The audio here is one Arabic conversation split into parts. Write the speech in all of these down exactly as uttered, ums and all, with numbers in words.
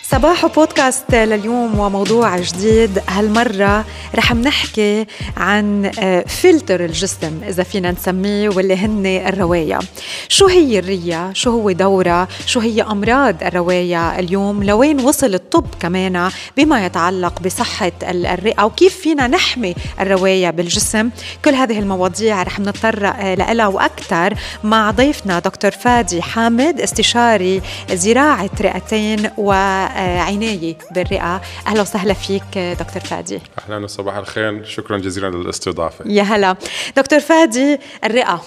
صباح بودكاست لليوم وموضوع جديد. هالمرة رح نحكي عن فلتر الجسم إذا فينا نسميه، واللي هن الرواية. شو هي الرية؟ شو هو دورة؟ شو هي أمراض الرواية اليوم؟ لوين وصل الطب كمان بما يتعلق بصحة الرئة، وكيف فينا نحمي الرواية بالجسم؟ كل هذه المواضيع رح نتطرق لها وأكثر مع ضيفنا دكتور فادي حامد، استشاري زراعة رئتين و عناية بالرئة. أهلا وسهلا فيك دكتور فادي. أهلا وصباح الخير، شكرا جزيلا للاستضافة. يا هلا دكتور فادي. الرئة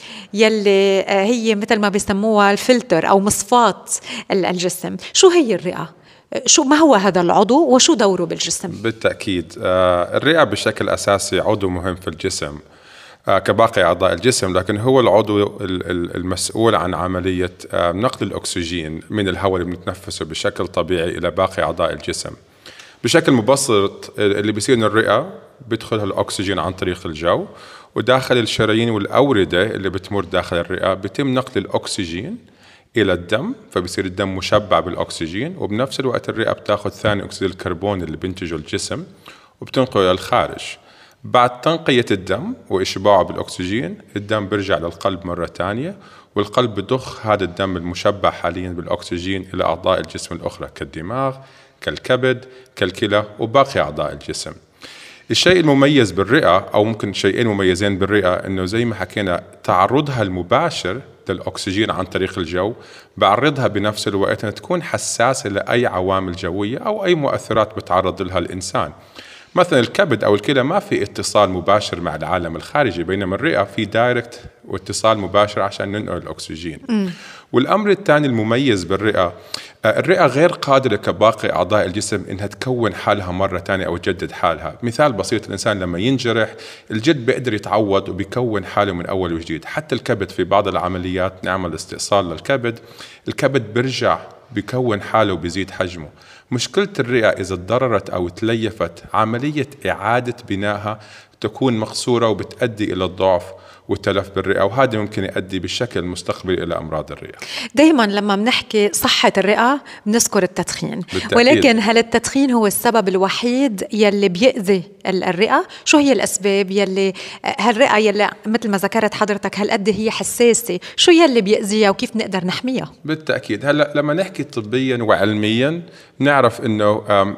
يلي هي مثل ما بيسموها الفلتر أو مصفاة الجسم، شو هي الرئة؟ شو ما هو هذا العضو وشو دوره بالجسم؟ بالتأكيد الرئة بشكل أساسي عضو مهم في الجسم كباقي أعضاء الجسم، لكن هو العضو المسؤول عن عملية نقل الأكسجين من الهواء اللي بنتنفسه بشكل طبيعي إلى باقي أعضاء الجسم. بشكل مبسط اللي بيصير إن الرئة بيدخلها الأكسجين عن طريق الجو، وداخل الشرايين والأوردة اللي بتمر داخل الرئة بيتم نقل الأكسجين إلى الدم، فبيصير الدم مشبع بالأكسجين، وبنفس الوقت الرئة بتاخذ ثاني أكسيد الكربون اللي بينتجه الجسم وبتنقله إلى الخارج. بعد تنقية الدم وإشباعه بالأكسجين، الدم بيرجع للقلب مرة تانية، والقلب بضخ هذا الدم المشبع حاليا بالأكسجين إلى أعضاء الجسم الأخرى كالدماغ، كالكبد، كالكلى وباقي أعضاء الجسم. الشيء المميز بالرئة، أو ممكن شيئين مميزين بالرئة، إنه زي ما حكينا تعرضها المباشر للأكسجين عن طريق الجو بعرضها بنفس الوقت أن تكون حساسة لأي عوامل جوية أو أي مؤثرات بتعرض لها الإنسان. مثلا الكبد أو الكلى ما في اتصال مباشر مع العالم الخارجي، بينما الرئة في دايركت واتصال مباشر عشان ننقل الأكسجين. م. والأمر الثاني المميز بالرئة، الرئة غير قادرة كباقي أعضاء الجسم إنها تكون حالها مرة تانية أو تجدد حالها. مثال بسيط، الإنسان لما ينجرح الجلد بيقدر يتعوض وبيكون حاله من أول وجديد. حتى الكبد في بعض العمليات نعمل استئصال للكبد، الكبد بيرجع بيكون حاله وبيزيد حجمه. مشكلة الرئة إذا تضررت أو تليفت، عملية إعادة بنائها تكون مقصورة وبتؤدي إلى الضعف والتلف بالرئة، وهذا ممكن يؤدي بالشكل المستقبلي إلى أمراض الرئة. دايما لما بنحكي صحة الرئة بنذكر التدخين، بالتأكيد. ولكن هل التدخين هو السبب الوحيد يلي بيأذي الرئة؟ شو هي الأسباب يلي هالرئة يلي مثل ما ذكرت حضرتك هالقد هي حساسة، شو يلي بيأذيها وكيف نقدر نحميها؟ بالتأكيد. هلأ لما نحكي طبيا وعلميا نعرف إنه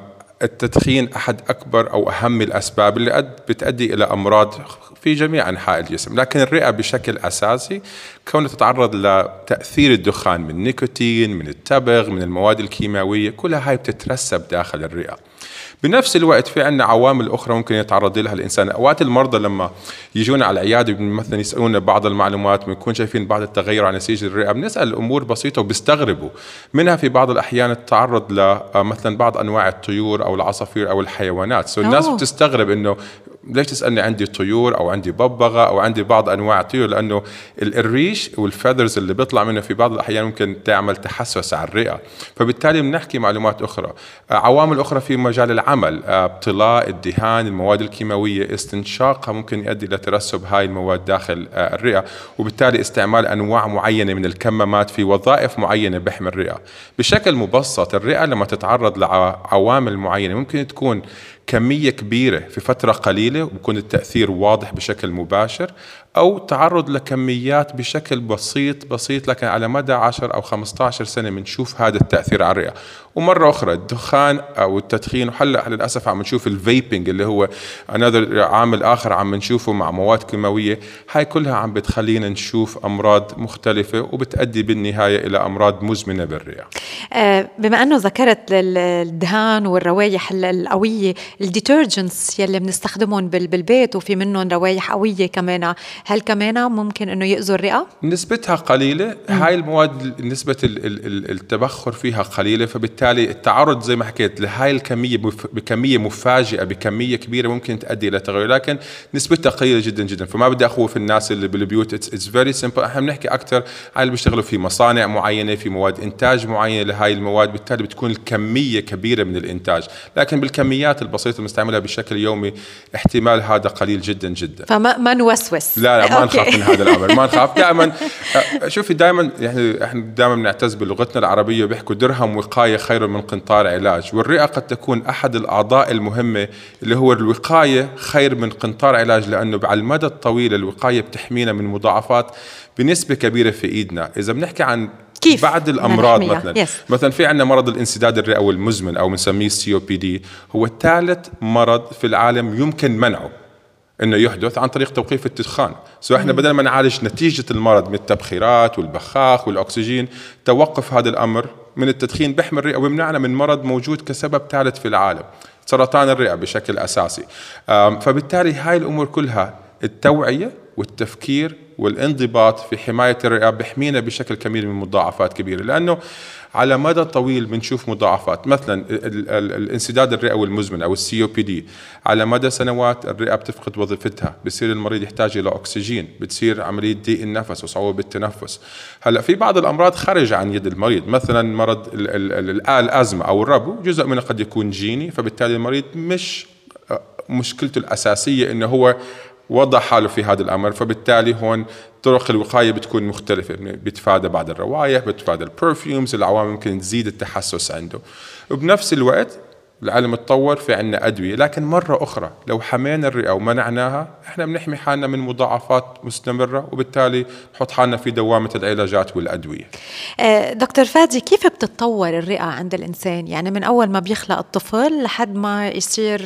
التدخين أحد أكبر أو أهم الأسباب اللي بتؤدي إلى أمراض في جميع أنحاء الجسم، لكن الرئة بشكل أساسي كونها تتعرض لتأثير الدخان من نيكوتين، من التبغ، من المواد الكيماوية، كلها هاي بتترسب داخل الرئة. بنفس الوقت في عنا عوامل أخرى ممكن يتعرض لها الإنسان. أوقات المرضى لما يجونا على العيادة مثلا يسألونا بعض المعلومات، بنكون شايفين بعض التغير على نسيج الرئة، بنسأل الأمور بسيطة وبيستغربوا منها. في بعض الأحيان التعرض لمثلا بعض أنواع الطيور أو العصافير أو الحيوانات، سو الناس بتستغرب إنه ليش تسألني عندي طيور أو عندي ببغاء أو عندي بعض أنواع الطيور، لأنه الريش والفيذرز اللي بيطلع منه في بعض الأحيان ممكن تعمل تحسس على الرئة، فبالتالي بنحكي معلومات أخرى. عوامل أخرى في مجال العمل، ابتلاء الدهان، المواد الكيماوية، استنشاقها ممكن يؤدي إلى ترسب هاي المواد داخل الرئة، وبالتالي استعمال أنواع معينة من الكمامات في وظائف معينة بحمي الرئة. بشكل مبسط الرئة لما تتعرض لعوامل معينة ممكن تكون كمية كبيرة في فترة قليلة وبكون التأثير واضح بشكل مباشر، أو تعرض لكميات بشكل بسيط بسيط لكن على مدى عشر أو خمسة عشر سنة بنشوف هذا التأثير على الرئة. ومرة أخرى الدخان أو التدخين، وهلا للأسف عم نشوف الفيبنج اللي هو another عامل آخر عم نشوفه مع مواد كيماوية، هاي كلها عم بتخلينا نشوف أمراض مختلفة وبتؤدي بالنهاية إلى أمراض مزمنة بالرئة. بما أنه ذكرت الدهان والروايح القوية، الديترجنتس يلي بنستخدمهم بالبيت وفي منهم روايح قوية كمان، هل كمان ممكن أنه يؤذوا الرئة؟ نسبتها قليلة. م. هاي المواد نسبة التبخر فيها قليلة، فبالتالي التعرض زي ما حكيت لهاي الكمية بكمية مفاجئة بكمية كبيرة ممكن تؤدي إلى تغير، لكن نسبتها قليلة جدا جدا. فما بدي أخوف الناس اللي بالبيوت. it's very simple. احنا بنحكي أكثر على اللي بيشتغلوا في مصانع معينة، في مواد إنتاج معينة لهاي المواد، بالتالي بتكون الكمية كبيرة من الإنتاج، لكن بالكميات البسيطة المستعملة بشكل يومي احتمال هذا قليل جدا جدا. فما ما نوسوس. لا لا لا ما نخاف من هذا الأمر، ما نخاف دائما. شوفي دائما يعني احنا دائما بنعتز بلغتنا العربية، بيحكوا درهم وقاية خير من قنطار علاج، والرئة قد تكون أحد الأعضاء المهمة اللي هو الوقاية خير من قنطار علاج، لأنه على المدى الطويل الوقاية بتحمينا من مضاعفات بنسبة كبيرة في إيدنا. إذا بنحكي عن كيف بعض الأمراض مثلا yes. مثلا في عندنا مرض الانسداد الرئوي المزمن أو بنسميه سي أو بي دي، هو ثالث مرض في العالم يمكن منعه انه يحدث عن طريق توقيف التدخان. سو احنا بدل ما نعالج نتيجه المرض من التبخيرات والبخاخ والاكسجين، توقف هذا الامر من التدخين بيحمي الرئه ويمنعنا من مرض موجود كسبب ثالث في العالم، سرطان الرئه بشكل اساسي. فبالتالي هاي الامور كلها، التوعيه والتفكير والانضباط في حمايه الرئه بيحمينا بشكل كبير من مضاعفات كبيره، لانه على مدى طويل بنشوف مضاعفات مثلا الانسداد الرئوي المزمن او السي او بي دي. على مدى سنوات الرئه بتفقد وظيفتها، بصير المريض يحتاج الى اكسجين، بتصير عمليه ضيق النفس وصعوبه بالتنفس. هلا في بعض الامراض خارج عن يد المريض، مثلا مرض الازمه او الربو، جزء منه قد يكون جيني، فبالتالي المريض مش مشكلته الاساسيه انه هو وضع حاله في هذا الأمر، فبالتالي هون طرق الوقاية بتكون مختلفة، بيتفادى بعض الروائح، بيتفادى البرفيومز، العوامل ممكن تزيد التحسس عنده. وبنفس الوقت العلم تطور، في عنا أدوية، لكن مرة أخرى لو حمينا الرئة ومنعناها إحنا بنحمي حالنا من مضاعفات مستمرة، وبالتالي نحط حالنا في دوامة العلاجات والأدوية. دكتور فادي، كيف بتتطور الرئة عند الإنسان؟ يعني من أول ما بيخلق الطفل لحد ما يصير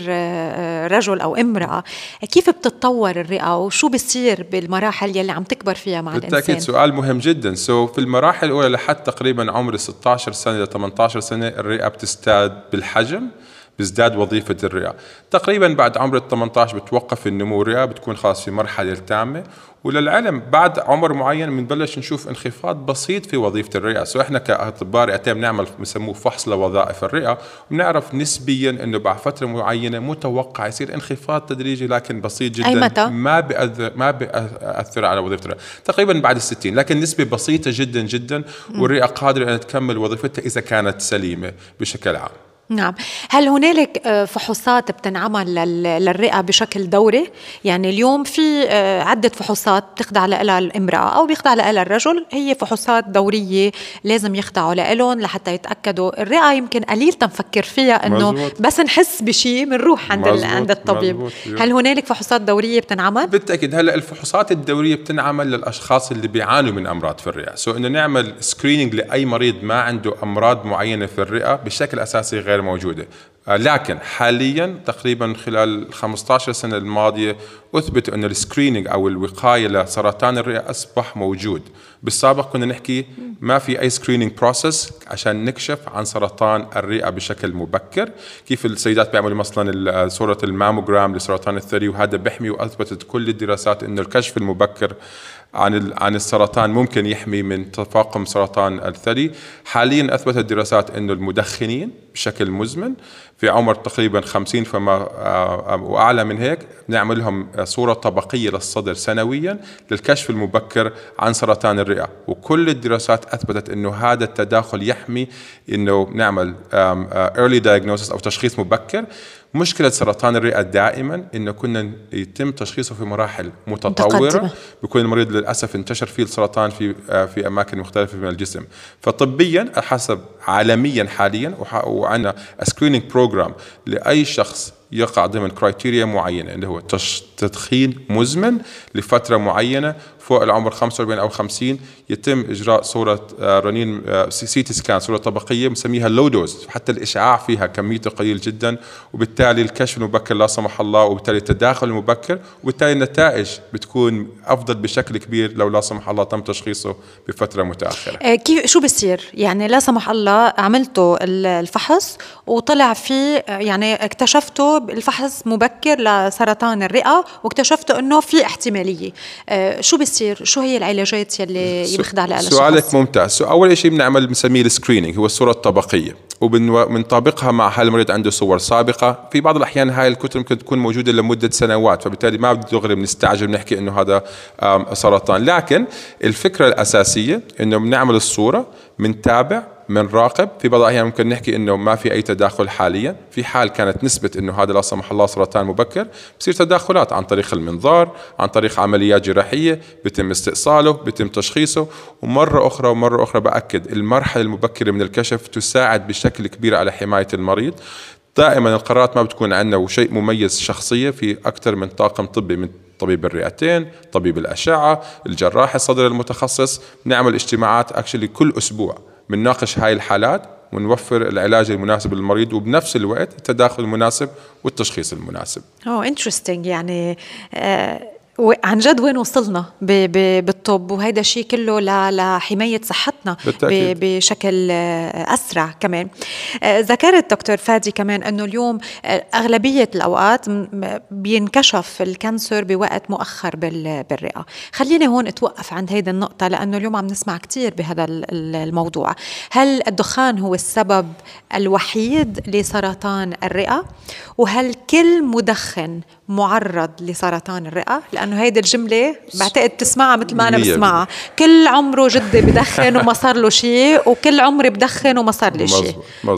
رجل أو امرأة، كيف بتتطور الرئة وشو بيصير بالمراحل يلي عم تكبر فيها مع الإنسان؟ بالتأكيد سؤال مهم جدا. سو في المراحل الأولى لحد تقريبا عمر ستة عشر سنة ل ثمانية عشر سنة الرئة بتزداد بالحجم، بيزداد وظيفة الرئة. تقريبا بعد عمر ال ثمانية عشر بتوقف النمو، الرئة بتكون خلاص في مرحلة التامة. وللعلم بعد عمر معين بنبلش نشوف انخفاض بسيط في وظيفة الرئة. سو احنا كأطباء رئتين بنعمل بنسموه فحص لوظائف الرئة، وبنعرف نسبيا انه بعد فترة معينة متوقع يصير انخفاض تدريجي لكن بسيط جدا. أي متى؟ ما بيأثر ما بيأثر على وظيفة الرئة، تقريبا بعد الستين، لكن نسبة بسيطة جدا جدا، والرئة قادرة ان تكمل وظيفتها اذا كانت سليمة بشكل عام. نعم. هل هنالك فحوصات بتنعمل للرئة بشكل دوري؟ يعني اليوم في عدة فحوصات بتخضع لها الامرأة أو بيخضع لها الرجل، هي فحوصات دورية لازم يخضعوا لهم لحتى يتأكدوا. الرئة يمكن قليل تنفكر فيها إنه مزبوط. بس نحس بشيء بنروح عند مزبوط. عند الطبيب. مزبوط. هل هنالك فحوصات دورية بتنعمل؟ بالتأكيد. هلا الفحوصات الدورية بتنعمل للأشخاص اللي بيعانوا من أمراض في الرئة، سو إنه نعمل سكرينينج لأي مريض ما عنده أمراض معينة في الرئة بشكل أساسي غير موجودة. لكن حاليا تقريبا خلال خمسة عشر سنة الماضية أثبت أن السكرينينج أو الوقاية لسرطان الرئة أصبح موجود. بالسابق كنا نحكي ما في أي سكرينينج بروسس عشان نكشف عن سرطان الرئة بشكل مبكر. كيف السيدات بيعملوا مثلا صورة الماموجرام لسرطان الثدي، وهذا بيحمي، وأثبتت كل الدراسات أن الكشف المبكر عن عن السرطان ممكن يحمي من تفاقم سرطان الثدي. حاليا أثبتت الدراسات أنه المدخنين بشكل مزمن في عمر تقريبا خمسين فما وأعلى من هيك نعمل لهم صورة طبقية للصدر سنويا للكشف المبكر عن سرطان الرئة، وكل الدراسات أثبتت أنه هذا التداخل يحمي أنه نعمل early diagnosis أو تشخيص مبكر. مشكلة سرطان الرئة دائما إنه كنا يتم تشخيصه في مراحل متطورة، بيكون المريض للأسف انتشر فيه السرطان في في أماكن مختلفة من الجسم. فطبيا حسب عالميا حاليا وعندنا سكرينينج بروجرام لأي شخص يقع ضمن كرايتيريا معينة اللي هو تدخين مزمن لفترة معينة فوق العمر خمسة وأربعين أو خمسين، يتم إجراء صورة رنين سي تي سكان، صورة طبقية بنسميها لو دوز، حتى الإشعاع فيها كميته قليل جدا، وبالتالي الكشف المبكر لا سمح الله، وبالتالي التداخل المبكر، وبالتالي النتائج بتكون أفضل بشكل كبير لو لا سمح الله تم تشخيصه بفترة متأخرة. كيف شو بصير يعني لا سمح الله عملته الفحص وطلع فيه يعني اكتشفته الفحص مبكر لسرطان الرئة واكتشفته انه في احتمالية، شو بصير؟ شو هي العلاجات يلي يبخضع لها الشخص؟ سؤالك ممتاز. اول شيء بنعمل بنسميه السكرينينج، هو الصورة الطبقية، وبنطابقها مع هل المريض عنده صور سابقة. في بعض الأحيان هاي الكتب ممكن تكون موجودة لمدة سنوات، فبالتالي ما دغري بنستعجل بنحكي إنه هذا سرطان. لكن الفكرة الأساسية إنه بنعمل الصورة، بنتابع بنراقب. في بعض الأحيان ممكن نحكي إنه ما في أي تداخل حاليا، في حال كانت نسبة إنه هذا لا سمح الله سرطان مبكر، بصير تداخلات عن طريق المنظار، عن طريق عمليات جراحية، بيتم استئصاله، بيتم تشخيصه. ومرة أخرى ومرة أخرى بأكد المرحلة المبكرة من الكشف تساعد بشكل كبير على حماية المريض. دائما القرارات ما بتكون عندنا وشيء مميز شخصية، في أكثر من طاقم طبي، من طبيب الرئتين، طبيب الأشعة، الجراح الصدر المتخصص. نعمل اجتماعات اكشلي كل أسبوع بنناقش هاي الحالات ونوفر العلاج المناسب للمريض، وبنفس الوقت التداخل المناسب والتشخيص المناسب. اوه انترستينج. يعني آه عن جد وين وصلنا بالطب، وهيدا الشيء كله لحماية صحتنا بشكل أسرع. كمان ذكرت دكتور فادي كمان أنه اليوم أغلبية الأوقات بينكشف الكانسر بوقت مؤخر بالرئة. خليني هون أتوقف عند هيدا النقطة، لأنه اليوم عم نسمع كتير بهذا الموضوع. هل الدخان هو السبب الوحيد لسرطان الرئة؟ وهل كل مدخن معرض لسرطان الرئة؟ لأنه هيدي الجملة بعتقد تسمعها مثل ما أنا بسمعها، كل عمره جدي بدخن وما صار له شيء، وكل عمري بدخن وما صار لي شيء.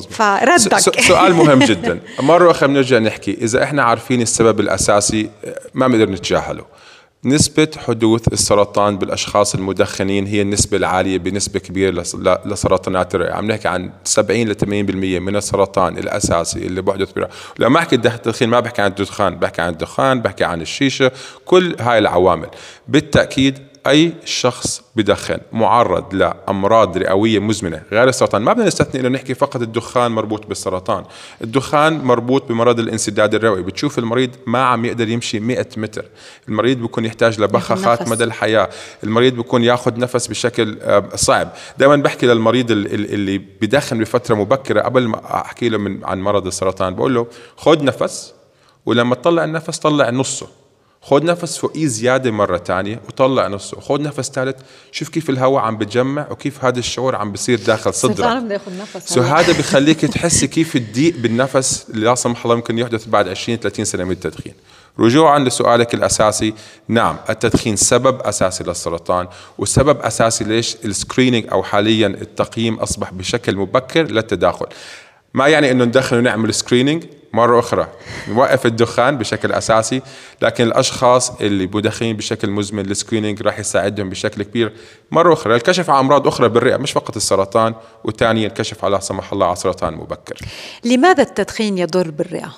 فردك سؤال مهم جدا. مرة أخرى بنرجع نحكي، إذا إحنا عارفين السبب الأساسي ما بنقدر نتجاهله. نسبة حدوث السرطان بالأشخاص المدخنين هي النسبة العالية بنسبة كبيرة لسرطانات الرئة. عم نحكي عن سبعين إلى ثمانين بالمئة من السرطان الأساسي اللي بحدث برئة. لما أحكي التدخين ما بحكي عن الدخان، بحكي عن الدخان، بحكي عن الشيشة، كل هاي العوامل. بالتأكيد أي شخص بدخن معرض لأمراض رئوية مزمنة غير السرطان. ما بدنا نستثني إنه نحكي فقط الدخان مربوط بالسرطان. الدخان مربوط بمرض الانسداد الرئوي. بتشوف المريض ما عم يقدر يمشي مئة متر، المريض بيكون يحتاج لبخاخات مدى الحياة، المريض بيكون ياخذ نفس بشكل صعب. دائما بحكي للمريض اللي بدخن بفترة مبكرة قبل ما أحكي له من عن مرض السرطان، بقول له خذ نفس، ولما تطلع النفس طلع نصه، خد نفس فوقيه زيادة مرة تانية وطلع نصه، خد نفس ثالث. شوف كيف الهواء عم بتجمع وكيف هذا الشعور عم بصير داخل صدرك. سو هذا بخليك تحسي كيف الضيق بالنفس اللي لا سمح الله ممكن يحدث بعد عشرين ثلاثين سنة من التدخين. رجوعا لسؤالك الأساسي، نعم التدخين سبب أساسي للسرطان، وسبب أساسي ليش السكرينينج أو حاليا التقييم أصبح بشكل مبكر للتداخل. ما يعني إنه ندخن ونعمل سكرينينج. مرة أخرى نوقف الدخان بشكل أساسي، لكن الأشخاص اللي بدخين بشكل مزمن السكرينينج راح يساعدهم بشكل كبير. مرة أخرى الكشف على أمراض أخرى بالرئة مش فقط السرطان، وثانيا الكشف على سمح الله على سرطان مبكر. لماذا التدخين يضر بالرئة؟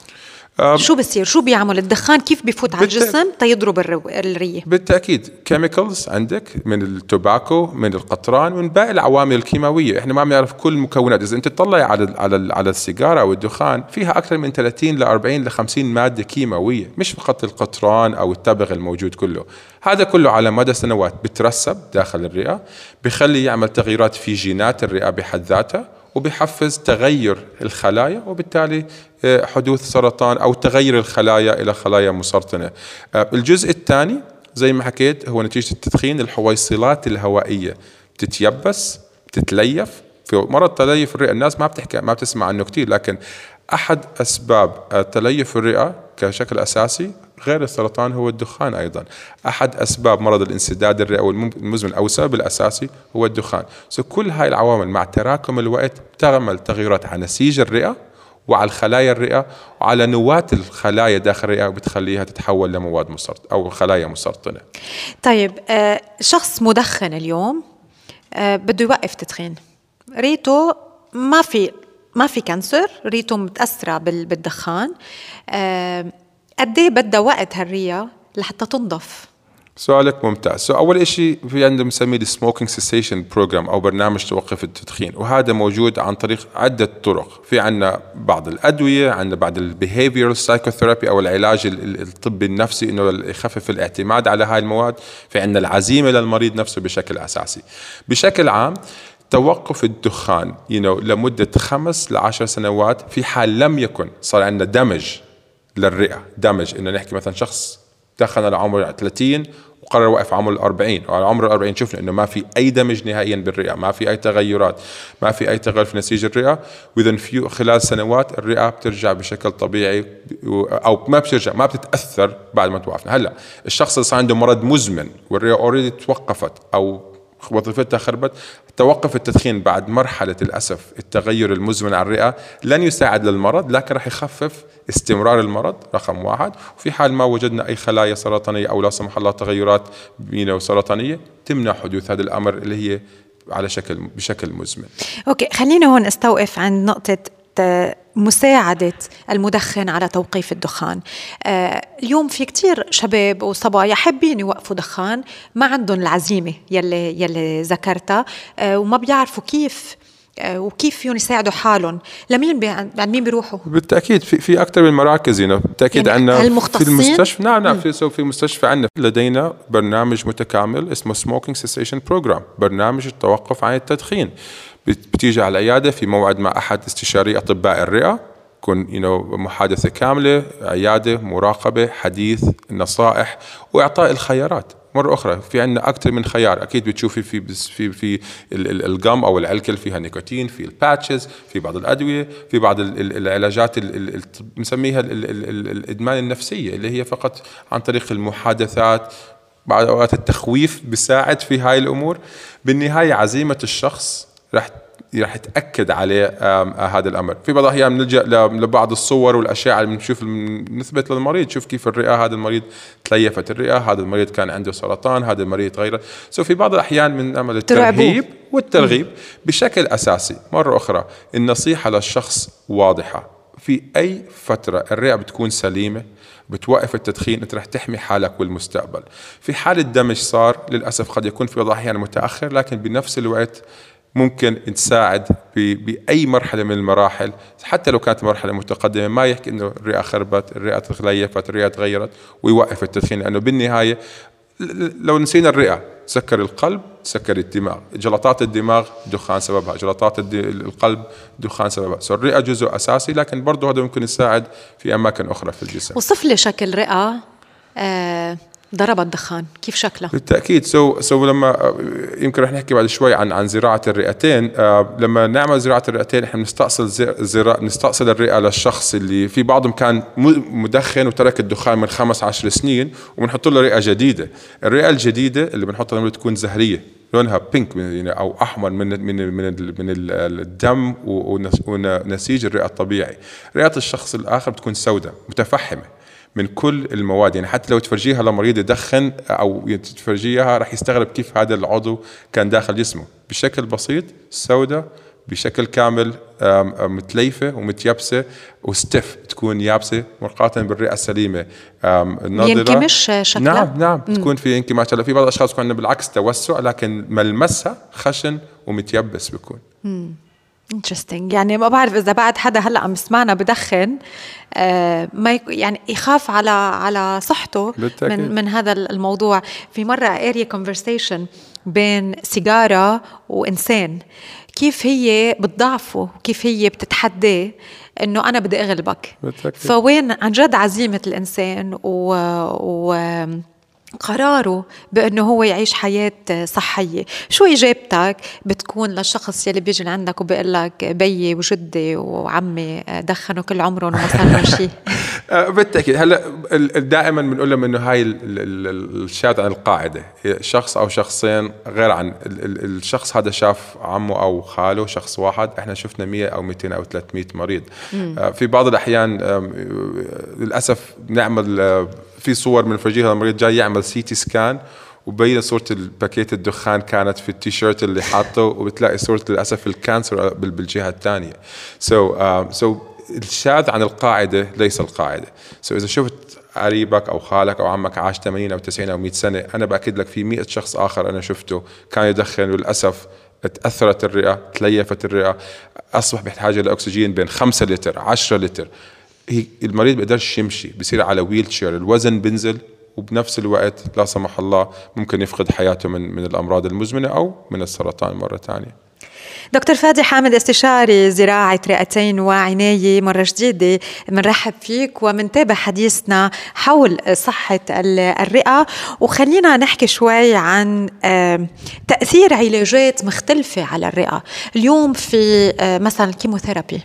شو بصير؟ شو بيعمل الدخان؟ كيف بيفوت على الجسم تيضرب الرئة؟ بالتأكيد كيميكالز عندك من التوباكو، من القطران، ومن باقي العوامل الكيماوية. احنا ما بنعرف كل مكونات. إذا أنت تطلع على على على السيجارة أو الدخان فيها أكثر من ثلاثين إلى أربعين إلى خمسين مادة كيماوية، مش فقط القطران أو التبغ الموجود كله. هذا كله على مدى سنوات بترسب داخل الرئة، بخلي يعمل تغييرات في جينات الرئة بحد ذاتها، وبيحفز تغير الخلايا وبالتالي حدوث سرطان أو تغير الخلايا إلى خلايا مسرطنة. الجزء الثاني زي ما حكيت هو نتيجة التدخين، الحويصلات الهوائية بتتيبس، بتتليف. في مرض تليف الرئة الناس ما بتحكي ما بتسمع عنه كتير، لكن أحد أسباب تليف الرئة كشكل أساسي غير السرطان هو الدخان. أيضا أحد أسباب مرض الانسداد الرئوي المزمن أو السبب الأساسي هو الدخان. سو كل هاي العوامل مع تراكم الوقت تعمل تغيرات على نسيج الرئة وعلى الخلايا الرئة وعلى نواة الخلايا داخل الرئة، وبتخليها تتحول لمواد مسرطنة أو خلايا مسرطنة. طيب آه شخص مدخن اليوم آه بده يوقف تدخين، ريته ما في ما في كانسر، ريته متأثرة بالدخان، آه قد ايه بدها وقت هالرئة لحتى تنضف؟ سؤالك ممتاز. سو أول إشي في عندنا بنسميه السموكينج سيسيشن بروجرام أو برنامج توقف التدخين، وهذا موجود عن طريق عدة طرق. في عندنا بعض الأدوية، عندنا بعض البيهيفيرال سايكوثيرابي أو العلاج الطبي النفسي إنه يخفف الاعتماد على هاي المواد. في عندنا العزيمة للمريض نفسه بشكل أساسي. بشكل عام توقف الدخان you know, لمدة خمس لعشر سنوات في حال لم يكن صار عندنا دمج للرئة. دمج إنه نحكي مثلا شخص دخن على عمر ثلاثين وقرر وقف عمر أربعين، وعلى عمر أربعين شفنا إنه ما في أي دمج نهائيا بالرئة، ما في أي تغيرات، ما في أي تغير في نسيج الرئة. within few خلال سنوات الرئة بترجع بشكل طبيعي، أو ما بترجع ما بتتأثر بعد ما توقفنا. هلا الشخص اللي صار عنده مرض مزمن والرئة أوريدي توقفت أو وظيفتها خربت. توقف التدخين بعد مرحلة الأسف التغير المزمن على الرئة لن يساعد للمرض، لكن راح يخفف استمرار المرض رقم واحد. وفي حال ما وجدنا أي خلايا سرطانية أو لا سمح الله تغيرات سرطانية تمنع حدوث هذا الأمر اللي هي على شكل بشكل مزمن. أوكي، خلينا هون استوقف عند نقطة مساعدة المدخن على توقيف الدخان. آه اليوم في كتير شباب وصبايا حابين يوقفوا دخان، ما عندهم العزيمة يلي, يلي ذكرتها، آه وما بيعرفوا كيف آه وكيف فيهم يساعدوا حالهم. لمين بي... عند مين بيروحوا؟ بالتأكيد في في أكثر من مراكز هنا. بالتأكيد يعني عندنا في المستشفى. نعم نعم في في المستشفى عندنا لدينا برنامج متكامل اسمه Smoking Cessation Program، برنامج التوقف عن التدخين. بتيجي على العيادة في موعد مع أحد استشاري أطباء الرئة، يكون you know محادثة كاملة، عيادة، مراقبة، حديث، نصائح، وإعطاء الخيارات. مرة أخرى في عندنا أكثر من خيار. أكيد بتشوفي في في في الجم أو العلكل فيها نيكوتين، في الباتشز، في بعض الأدوية، في بعض العلاجات بنسميها الإدمان النفسية اللي هي فقط عن طريق المحادثات. بعض أوقات التخويف بيساعد في هاي الأمور. بالنهاية عزيمة الشخص رح رح يتأكد عليه هذا الأمر. في بعض الأحيان بنلجأ لبعض الصور والأشياء اللي بنشوف نثبت للمريض، شوف كيف الرئة، هذا المريض تليفت الرئة، هذا المريض كان عنده سرطان، هذا المريض تغير. سو في بعض الأحيان من عمل الترهيب والترغيب بشكل أساسي. مرة أخرى النصيحة للشخص واضحة، في أي فترة الرئة بتكون سليمة بتوقف التدخين، انت رح تحمي حالك والمستقبل. في حال الدمج صار للأسف قد يكون في بعض الأحيان متأخر، لكن بنفس الوقت ممكن تساعد بأي مرحلة من المراحل، حتى لو كانت مرحلة متقدمة. ما يحكي إنه الرئة خربت، الرئة تغيفت، الرئة تغيرت، ويوقف التدخين، لأنه بالنهاية لو نسينا الرئة سكر القلب، سكر الدماغ، جلطات الدماغ دخان سببها، جلطات القلب دخان سببها. سو الرئة جزء أساسي، لكن برضه هذا ممكن يساعد في أماكن أخرى في الجسم. وصف لي شكل رئة آه ضرب الدخان، كيف شكله؟ بالتأكيد. سو سو لما يمكن رح نحكي بعد شوي عن عن زراعة الرئتين. آه لما نعمل زراعة الرئتين احنا بنستأصل زراعة نستأصل الرئة للشخص اللي في بعضهم كان مدخن وترك الدخان من خمس عشر سنين، وبنحط له رئة جديدة. الرئة الجديدة اللي بنحطها لما تكون زهرية، لونها بينك او احمر من من من من الدم ونسيج الرئة الطبيعي. رئة الشخص الآخر بتكون سوداء متفحمة من كل المواد. يعني حتى لو تفرجيها لمريض يدخن أو تفرجيها راح يستغرب كيف هذا العضو كان داخل جسمه بشكل بسيط، سوداء بشكل كامل، متليفة ومتيبسة وستف، تكون يابسة مقارنة بالرئة السليمة الناضرة. ينكمش شكلها. نعم نعم م. تكون في انكماش. في بعض الأشخاص يكون بالعكس توسع، لكن ملمسها خشن ومتيبس بيكون. interesting. يعني ما بعرف إذا بعد حدا هلأ عم يسمعنا بدخن آه ما يك... يعني يخاف على على صحته بالتأكيد. من من هذا الموضوع. في مرة اريا conversation بين سيجارة وإنسان، كيف هي بتضعفه، كيف هي بتتحداه إنه أنا بدي أغلبك. بالتأكيد. فوين عن جد عزيمة الإنسان و, و... قراره بأنه هو يعيش حياة صحية. شو إجابتك بتكون للشخص يلي بيجي عندك وبيقول لك بيي وجدي وعمي دخنوا كل عمرهم وما صار لهم شيء؟ بالتأكيد. هلا دائما بنقول لهم إنه هاي الشاذ عن القاعدة، شخص أو شخصين غير عن الشخص هذا شاف عمه أو خاله شخص واحد، إحنا شفنا مية أو مئتين أو ثلاثمئة مريض. م. في بعض الأحيان للأسف نعمل في صور من فرجيها المريض جاي يعمل سيتي سكان وبين صورة الباكيت الدخان كانت في التيشيرت اللي حاطه، وبتلاقي صورة للأسف الكانسر بالجهة الثانية. سو so, uh, so الشاذ عن القاعدة ليس القاعدة. سو so إذا شفت قريبك أو خالك أو عمك عاش ثمانين أو تسعين أو مئة سنة، أنا بأكد لك في مئة شخص آخر أنا شفته كان يدخن وللأسف تأثرت الرئة، تليفت الرئة، أصبح بحاجة لأكسجين بين خمسة لتر عشرة لتر. المريض بيقدرش يمشي، بيصير على ويل شير، الوزن بنزل، وبنفس الوقت لا سمح الله ممكن يفقد حياته من من الأمراض المزمنة أو من السرطان مرة ثانية. دكتور فادي حامد، استشاري زراعة رئتين وعناية، مرة جديدة منرحب فيك ومنتابع حديثنا حول صحة الرئة. وخلينا نحكي شوي عن تأثير علاجات مختلفة على الرئة اليوم، في مثلا الكيموثيرابي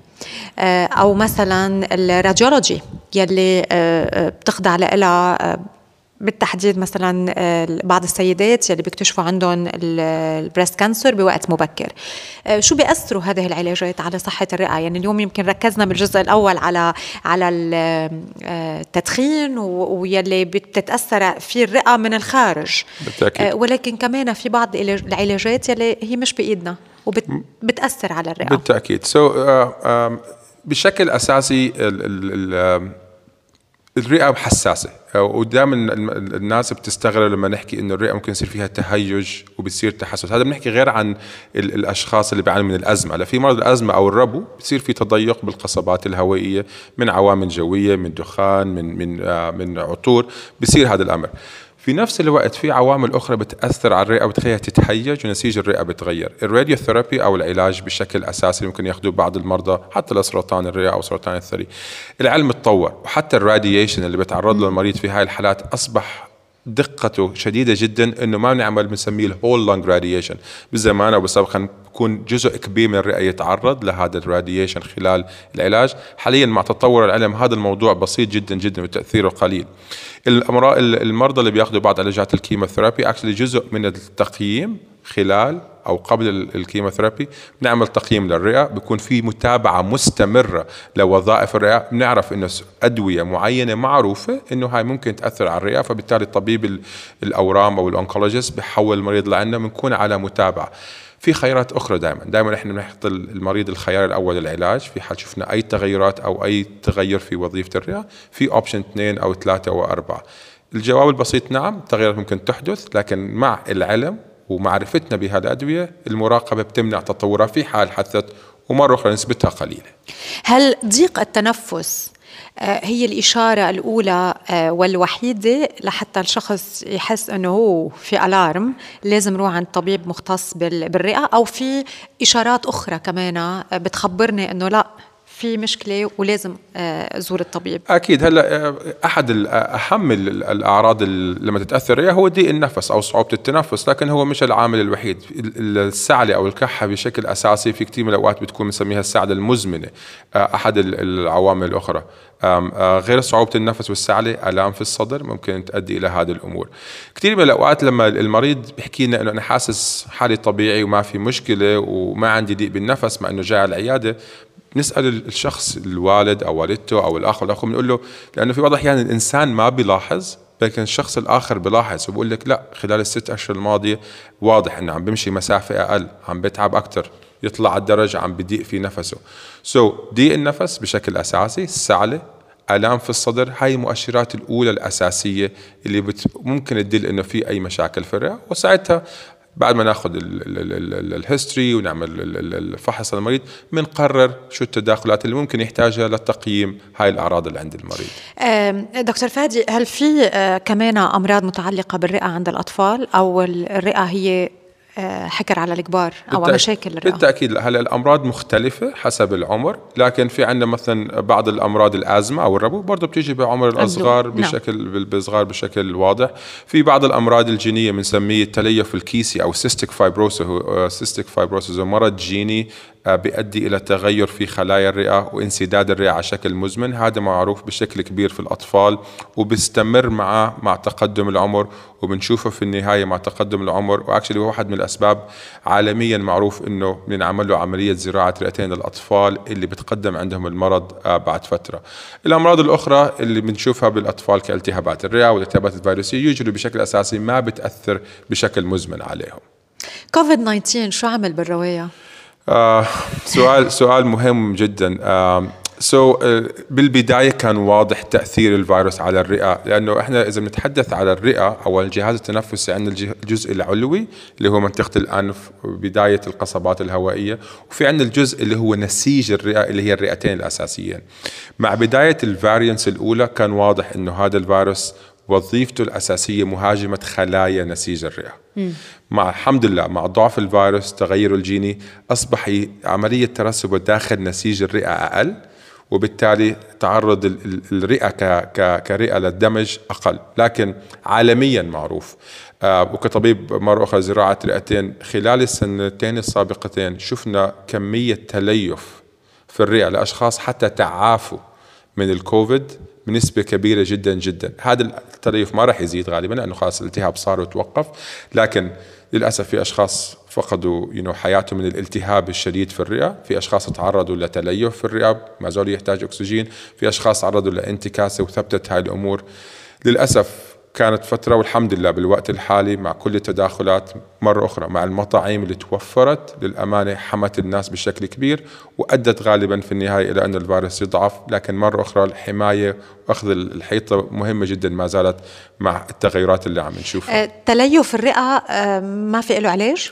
أو مثلا الراديولوجي يلي بتخضع لها بالتحديد مثلا بعض السيدات يلي بيكتشفوا عندهم البريست كانسر بوقت مبكر، شو بيأثروا هذه العلاجات على صحة الرئة؟ يعني اليوم يمكن ركزنا بالجزء الأول على على التدخين ويلي بتتأثر في الرئة من الخارج بالتأكيد. ولكن كمان في بعض العلاجات يلي هي مش بإيدنا وبتأثر على الرئة بالتأكيد. so, uh, um, بشكل أساسي ال ال ال الرئة حساسة، ودائما الناس بتستغرب لما نحكي إنه الرئة ممكن يصير فيها تهيج وبتصير تحسس. هذا بنحكي غير عن الأشخاص اللي بيعانوا من الأزمة. لا، في مرض الأزمة أو الربو بتصير في تضيق بالقصبات الهوائية من عوامل جوية، من دخان، من من آه من عطور، بصير هذا الأمر. في نفس الوقت في عوامل أخرى بتأثر على الرئة وبتخليها تتهيج ونسيج الرئة بتغير. الراديوثيرابي أو العلاج بشكل أساسي ممكن ياخذوه بعض المرضى حتى لسرطان الرئة أو سرطان الثدي. العلم تطور، وحتى الراديشن اللي بتعرض له المريض في هاي الحالات أصبح دقته شديدة جدا، إنه ما بنعمل بنسميه الهول لونج راديشن. بالزمان أو بالسابق بكون جزء كبير من الرئة يتعرض لهذا الراديشن خلال العلاج. حاليا مع تطور العلم هذا الموضوع بسيط جدا جدا وتأثيره قليل. الأمراض المرضى اللي بياخذوا بعض علاجات الكيموثيرابي اكشلي جزء من التقييم خلال أو قبل الكيموثيرابي بنعمل تقييم للرئة، بيكون في متابعة مستمرة لوظائف الرئة. بنعرف إنه أدوية معينة معروفة إنه هاي ممكن تأثر على الرئة، فبالتالي طبيب الأورام أو الأونكولوجيست بيحول المريض لعنا، بنكون على متابعة. في خيارات أخرى دائما دائما إحنا بنحط المريض الخيار الأول للعلاج في حال شفنا أي تغيرات أو أي تغير في وظيفة الرئة، في أوبشن اثنين أو ثلاثة أو أربعة. الجواب البسيط نعم، تغيرات ممكن تحدث، لكن مع العلم ومعرفتنا بهذه الأدوية المراقبة بتمنع تطورها في حال حدثت، ومرة أخرى نسبتها قليلة. هل ضيق التنفس هي الإشارة الأولى والوحيدة لحتى الشخص يحس أنه هو في ألارم لازم يروح عند طبيب مختص بالرئة، أو في إشارات أخرى كمان بتخبرني أنه لا في مشكلة ولازم أزور الطبيب؟ أكيد. هلا أحد أهم الأعراض لما تتأثر الرئة هو ضيق النفس أو صعوبة التنفس، لكن هو مش العامل الوحيد. السعلة أو الكحة بشكل أساسي في كثير من الأوقات بتكون بنسميها السعلة المزمنة، أحد العوامل الأخرى. غير صعوبة النفس والسعلة، آلام في الصدر ممكن تؤدي إلى هذه الأمور. كثير من الأوقات لما المريض بيحكي لنا إنه أنا حاسس حالي طبيعي وما في مشكلة وما عندي ضيق بالنفس مع إنه جاي على العيادة، نسأل الشخص الوالد أو والدته أو الأخ والأخ بنقول له، لأنه في بعض الأحيان يعني الإنسان ما بيلاحظ لكن الشخص الآخر بيلاحظ وبقول لك لا خلال الست أشهر الماضية واضح إنه عم بمشي مسافة أقل، عم بتعب أكتر، يطلع على الدرج عم بضيق في نفسه. سو so, ضيق النفس بشكل أساسي، السعلة، آلام في الصدر، هاي المؤشرات الأولى الأساسية اللي بت ممكن تدل إنه في أي مشاكل في الرئة. وساعتها بعد ما ناخذ الهيستوري ونعمل الفحص المريض بنقرر شو التداخلات اللي ممكن يحتاجها لتقييم هاي الأعراض اللي عند المريض. دكتور فادي، هل في كمان أمراض متعلقة بالرئة عند الأطفال، أو الرئة هي حكر على الكبار أو بالتأ... مشاكل الرئة؟ بالتأكيد. هلا الأمراض مختلفة حسب العمر، لكن في عندنا مثلا بعض الأمراض الأزمة أو الربو برضه بتيجي بعمر الأصغر بشكل بالصغار بشكل واضح. في بعض الأمراض الجينية بنسميه التليف الكيسي أو سيستيك فايبروسيس، سيستيك فايبروسيس مرض جيني بيؤدي إلى تغير في خلايا الرئة وانسداد الرئة على شكل مزمن. هذا معروف بشكل كبير في الأطفال وبيستمر معه مع تقدم العمر، وبنشوفه في النهاية مع تقدم العمر. وأكشلي هو واحد من الأسباب عالميا معروف إنه بنعمل له عملية زراعة رئتين للأطفال اللي بتقدم عندهم المرض بعد فترة. الأمراض الأخرى اللي بنشوفها بالأطفال كالتهابات الرئة والالتهابات الفيروسية يوجد بشكل أساسي ما بتأثر بشكل مزمن عليهم. كوفيد تسعة عشر شو عمل بالرواية؟ آه سؤال سؤال مهم جدا. آه سو so, uh, بالبداية كان واضح تأثير الفيروس على الرئة، لأنه إحنا إذا بنتحدث على الرئة أو الجهاز التنفسي عندنا الجزء العلوي اللي هو منطقة الأنف وبداية القصبات الهوائية، وفي عندنا الجزء اللي هو نسيج الرئة اللي هي الرئتين الأساسيين. مع بداية الفاريانس الأولى كان واضح إنه هذا الفيروس وظيفته الأساسية مهاجمة خلايا نسيج الرئة. م. مع الحمد لله مع ضعف الفيروس تغيره الجيني أصبح عملية ترسبه داخل نسيج الرئة أقل، وبالتالي تعرض الرئة كرئة للدمج أقل. لكن عالميا معروف آه وكطبيب مرة أخرى زراعة رئتين خلال السنتين السابقتين شفنا كمية تليف في الرئة لأشخاص حتى تعافوا من الكوفيد بنسبة كبيرة جدا جدا. هذا التليف ما راح يزيد غالبا لأنه خلاص الالتهاب صار وتوقف، لكن للأسف في أشخاص فقدوا you know, حياتهم من الالتهاب الشديد في الرئة، في أشخاص تعرضوا لتليف في الرئة ما زالوا يحتاج أكسجين، في أشخاص تعرضوا لانتكاسة وثبتت هاي الأمور. للأسف كانت فترة، والحمد لله بالوقت الحالي مع كل التداخلات مرة أخرى مع المطاعيم اللي توفرت للأمانة حمت الناس بشكل كبير وأدت غالبا في النهاية إلى أن الفيروس يضعف، لكن مرة أخرى الحماية وأخذ الحيطة مهمة جدا ما زالت مع التغيرات اللي عم نشوفها. أه تليف الرئة أه ما في له علاج؟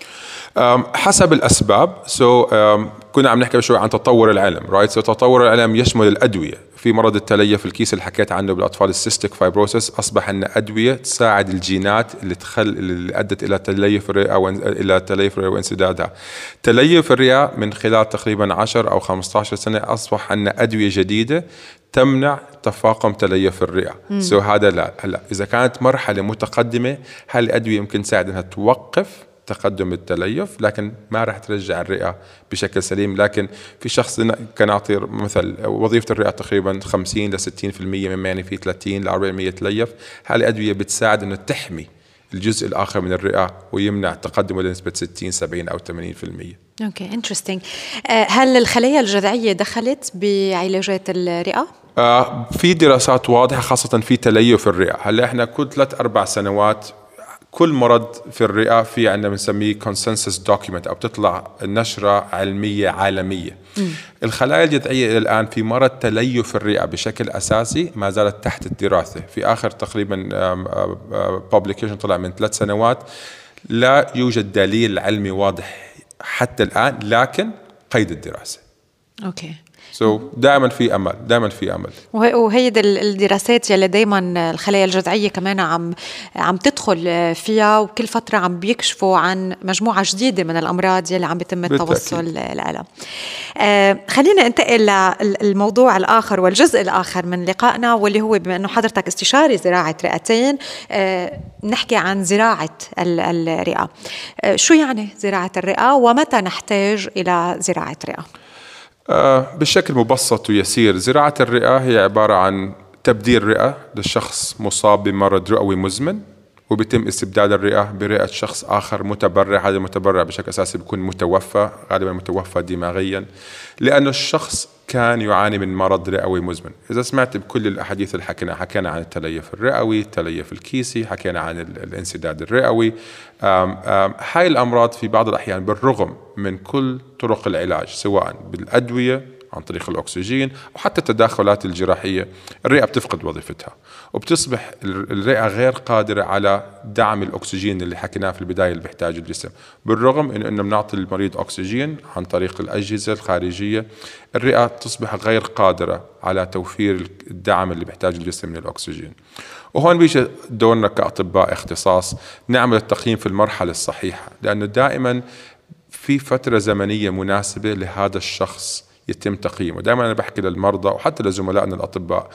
حسب الأسباب. سو so, كنا عم نحكي شوي عن تطور العلم رايت. سو تطور العلم يشمل الأدوية. في مرض التليف الكيس اللي حكيت عنه بالأطفال السيستيك فايبروسيس أصبح أن أدوية تساعد الجينات اللي تخل اللي أدت إلى تليف الرئة أو إلى تليف الرئة وانسدادها. تليف الرئة من خلال تقريبا عشر أو خمسة عشر سنة أصبح أن أدوية جديدة تمنع تفاقم تليف الرئة. سو so هذا لا. هلا إذا كانت مرحلة متقدمة هالأدوية يمكن تساعد أنها توقف تقدم التليف، لكن ما راح ترجع الرئة بشكل سليم. لكن في شخص كان أعطي مثل وظيفة الرئة تقريبا خمسين ل ستين بالمئة مما يعني في ثلاثين ل أربعين بالمئة تليف. هالأدوية بتساعد إنه تحمي الجزء الآخر من الرئة ويمنع تقدمه لنسبة ستين سبعين أو ثمانين بالمئة. اوكي انترستينج. هل الخلايا الجذعية دخلت بعلاجات الرئة؟ آه في دراسات واضحة خاصة في تليف الرئة. هلا احنا كل ثلاث أربع سنوات كل مرض في الرئة في عندنا بنسميه consensus document أو بتطلع نشرة علمية عالمية. م. الخلايا الجذعية إلى الآن في مرض تليف الرئة بشكل أساسي ما زالت تحت الدراسة. في آخر تقريبا publication طلع من ثلاث سنوات لا يوجد دليل علمي واضح حتى الآن، لكن قيد الدراسة. أوكي. سو so, دائما في امل، دائما في امل. وهي الدراسات يلي دائما الخلايا الجذعيه كمان عم عم تدخل فيها، وكل فتره عم بيكشفوا عن مجموعه جديده من الامراض يلي عم بيتم التوصل لها. آه خلينا ننتقل للموضوع الاخر والجزء الاخر من لقائنا، واللي هو بما انه حضرتك استشاري زراعه رئتين، آه نحكي عن زراعه الرئه. آه شو يعني زراعه الرئه ومتى نحتاج الى زراعه رئه؟ آه بشكل مبسط ويسير، زراعة الرئة هي عبارة عن تبديل رئة للشخص مصاب بمرض رئوي مزمن، وبيتم استبدال الرئة برئة شخص آخر متبرع. هذا المتبرع بشكل أساسي بيكون متوفى، غالبا متوفى دماغيا، لأنه الشخص كان يعاني من مرض رئوي مزمن. إذا سمعت بكل الأحاديث اللي حكينا حكينا عن التليف الرئوي، التليف الكيسي، حكينا عن الانسداد الرئوي. آم آم هاي الأمراض في بعض الأحيان بالرغم من كل طرق العلاج سواء بالأدوية عن طريق الأكسجين أو حتى التداخلات الجراحية، الرئة بتفقد وظيفتها وبتصبح الرئة غير قادرة على دعم الأكسجين اللي حكيناه في البداية اللي بيحتاج الجسم. بالرغم إنه إنه بنعطي المريض أكسجين عن طريق الأجهزة الخارجية، الرئة تصبح غير قادرة على توفير الدعم اللي بيحتاج الجسم من الأكسجين. وهون بيجي دورنا كأطباء اختصاص نعمل التقييم في المرحلة الصحيحة، لأنه دائما في فترة زمنية مناسبة لهذا الشخص يتم تقييمه. دائما أنا بحكي للمرضى وحتى لزملائنا الأطباء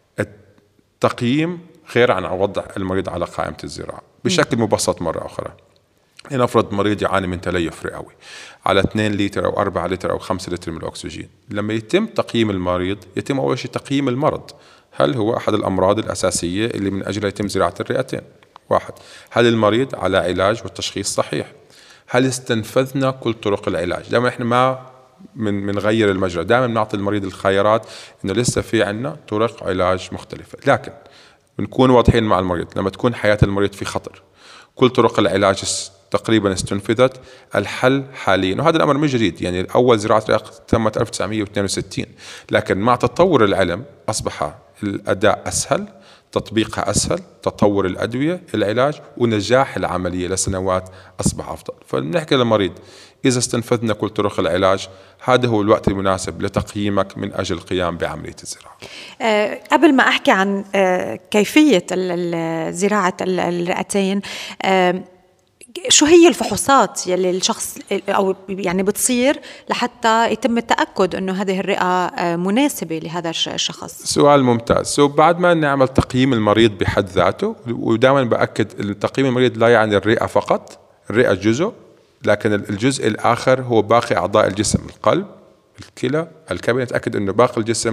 التقييم غير عن وضع المريض على قائمة الزراعة. بشكل مبسط مرة أخرى، لنفرض مريض يعاني من تليف رئوي على اثنين لتر أو أربعة لتر أو خمسة لتر من الأكسجين. لما يتم تقييم المريض يتم أول شيء تقييم المرض، هل هو أحد الأمراض الأساسية اللي من أجلها يتم زراعة الرئتين؟ واحد، هل المريض على علاج والتشخيص صحيح؟ هل استنفذنا كل طرق العلاج؟ دائما إحنا ما من من غير المجرى، دائما بنعطي المريض الخيارات إنه لسه في عنا طرق علاج مختلفة، لكن بنكون واضحين مع المريض لما تكون حياة المريض في خطر، كل طرق العلاج تقريبا استنفذت، الحل حاليا، وهذا الأمر مش جديد، يعني أول زراعة رئة تمت ألف وتسعمئة واثنين وستين، لكن مع تطور العلم أصبح الأداء أسهل، تطبيقها أسهل، تطور الأدوية، العلاج ونجاح العملية لسنوات أصبح أفضل. فبنحكي للمريض إذا استنفذنا كل طرق العلاج هذا هو الوقت المناسب لتقييمك من أجل القيام بعملية الزراعة. أه قبل ما أحكي عن أه كيفية زراعة الرئتين، أه شو هي الفحوصات يلي الشخص أو يعني بتصير لحتى يتم التأكد أنه هذه الرئة مناسبة لهذا الشخص؟ سؤال ممتاز. سو بعد ما نعمل تقييم المريض بحد ذاته، ودائما بأكد تقييم المريض لا يعني الرئة فقط، الرئة جزء، لكن الجزء الآخر هو باقي أعضاء الجسم، القلب، الكلى، الكبد، نتأكد أنه باقي الجسم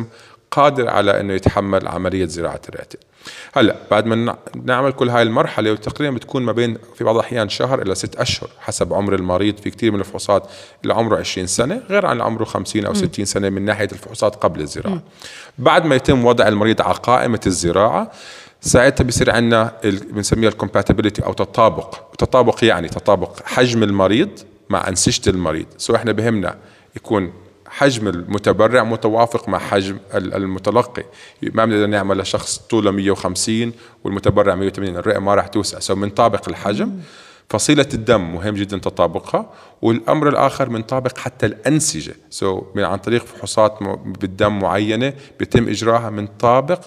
قادر على انه يتحمل عمليه زراعه الرئتين. هلا بعد ما نعمل كل هاي المرحله وتقريبا بتكون ما بين في بعض الاحيان شهر الى ست اشهر حسب عمر المريض. في كثير من الفحوصات اللي عمره عشرين سنه غير عن عمره خمسين او ستين سنه من ناحيه الفحوصات قبل الزراعه. م. بعد ما يتم وضع المريض على قائمه الزراعه ساعتها بيصير عندنا بنسميها الكومباتيبلتي او تطابق. تطابق يعني تطابق حجم المريض مع انسجه المريض. سو احنا بهمنا يكون حجم المتبرع متوافق مع حجم المتلقي. ما بنقدر نعمل لشخص طوله مية وخمسين والمتبرع مية وثمانين، الرئه ما راح توسع. سو منطابق الحجم. فصيله الدم مهم جدا تطابقها. والامر الاخر منطابق حتى الانسجه. سو عن طريق فحوصات بالدم معينه بيتم اجراءها من طابق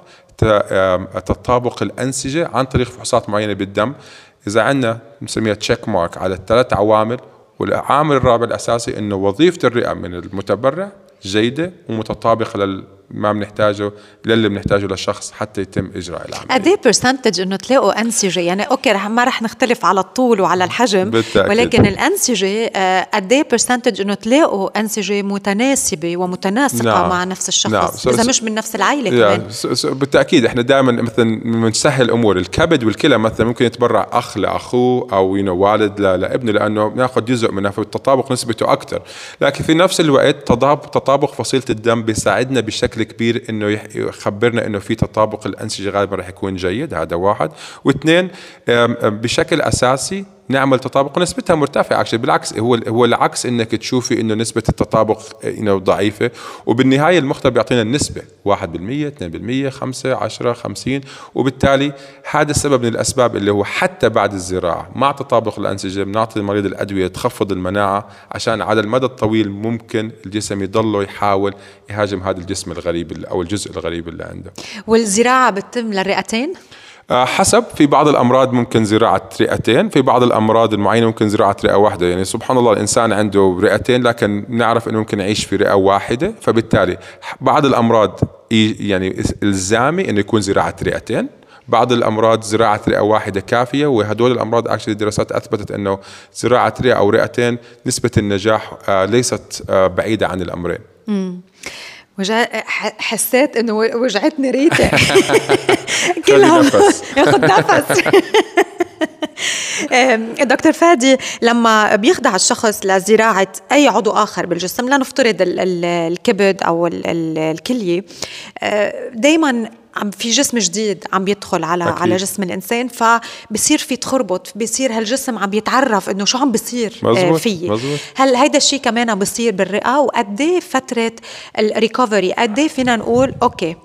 تطابق الانسجه عن طريق فحوصات معينه بالدم. اذا عندنا نسميها تشيك مارك على الثلاث عوامل، والعامل الرابع الأساسي إنه وظيفة الرئة من المتبرع جيدة ومتطابقة لل ما بنحتاجه للي بنحتاجه للشخص حتى يتم إجراء العملية. قد ايه برسنتج إنه تلاقوا أنسجة؟ يعني أوكي رح ما رح نختلف على الطول وعلى الحجم بالتأكيد. ولكن الأنسجة قد ايه برسنتج إنه تلاقوا أنسجة متناسبة ومتناسقة نعم. مع نفس الشخص نعم. إذا مش من نفس العائلة كمان. بالتأكيد إحنا دائما مثلا بنسهل الأمور. الكبد والكلى مثلا ممكن يتبرع أخ لأخوه أو ينو والد لابنه لأنه ناخذ جزء منها فالتطابق نسبته أكثر. لكن في نفس الوقت تطابق فصيلة الدم بيساعدنا بشكل كبير انه يخبرنا انه في تطابق الانسجه غالبا رح يكون جيد. هذا واحد. واثنين بشكل اساسي نعمل تطابق نسبتها مرتفعه. بالعكس هو هو العكس انك تشوفي انه نسبه التطابق انه ضعيفه. وبالنهايه المختبر بيعطينا النسبه واحد بالمية اثنين بالمية خمسة عشرة خمسين. وبالتالي هذا السبب من الاسباب اللي هو حتى بعد الزراعه مع تطابق الانسجه بنعطي المريض الادويه تخفض المناعه عشان على المدى الطويل ممكن الجسم يضله يحاول يهاجم هذا الجسم الغريب او الجزء الغريب اللي عنده. والزراعه بتتم للرئتين؟ حسب. في بعض الأمراض ممكن زراعة رئتين، في بعض الأمراض المعينة ممكن زراعة رئة واحدة. يعني سبحان الله الإنسان عنده رئتين لكن نعرف أنه ممكن يعيش في رئة واحدة. فبالتالي بعض الأمراض يعني إلزامي أنه يكون زراعة رئتين، بعض الأمراض زراعة رئة واحدة كافية. وهدول الأمراض أكشلي الدراسات أثبتت أنه زراعة رئة أو رئتين نسبة النجاح ليست بعيدة عن الأمرين. مم. وجع... حسيت انه وجعتني ريتي كلها ياخذ نفس. دكتور فادي، لما بيخضع الشخص لزراعة أي عضو آخر بالجسم، لا نفترض الكبد أو الكلية، دايما عم في جسم جديد عم بيدخل على أكيد. على جسم الإنسان، فبصير في تخربط، بصير هالجسم عم بيتعرف إنه شو عم بصير فيه. هل هيدا الشيء كمان بصير بالرئة؟ وقد ايه فترة الريكفري؟ قد ايه فينا نقول أوكي